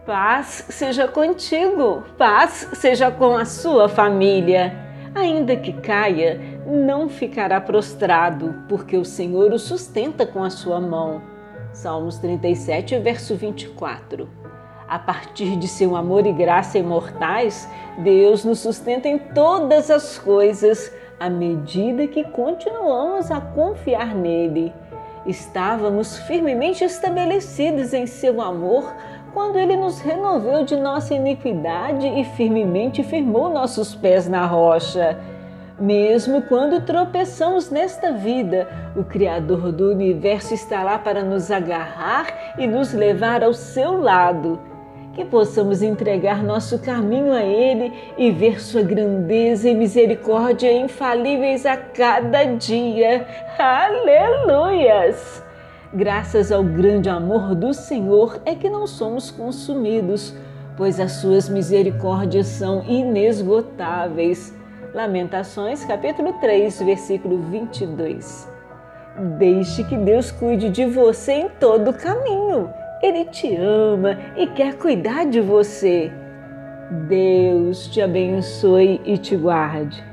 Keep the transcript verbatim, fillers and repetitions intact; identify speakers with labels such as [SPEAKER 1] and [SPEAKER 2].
[SPEAKER 1] Paz seja contigo, paz seja com a sua família. Ainda que caia, não ficará prostrado, porque o Senhor o sustenta com a sua mão. Salmos trinta e sete, verso vinte e quatro. A partir de seu amor e graça imortais, Deus nos sustenta em todas as coisas, à medida que continuamos a confiar nele. Estávamos firmemente estabelecidos em seu amor quando ele nos removeu de nossa iniquidade e firmemente firmou nossos pés na rocha. Mesmo quando tropeçamos nesta vida, o Criador do Universo está lá para nos agarrar e nos levar ao seu lado. Que possamos entregar nosso caminho a Ele e ver sua grandeza e misericórdia infalíveis a cada dia. Aleluias! Graças ao grande amor do Senhor é que não somos consumidos, pois as suas misericórdias são inesgotáveis. Lamentações, capítulo três, versículo vinte e dois. Deixe que Deus cuide de você em todo o caminho. Ele te ama e quer cuidar de você. Deus te abençoe e te guarde.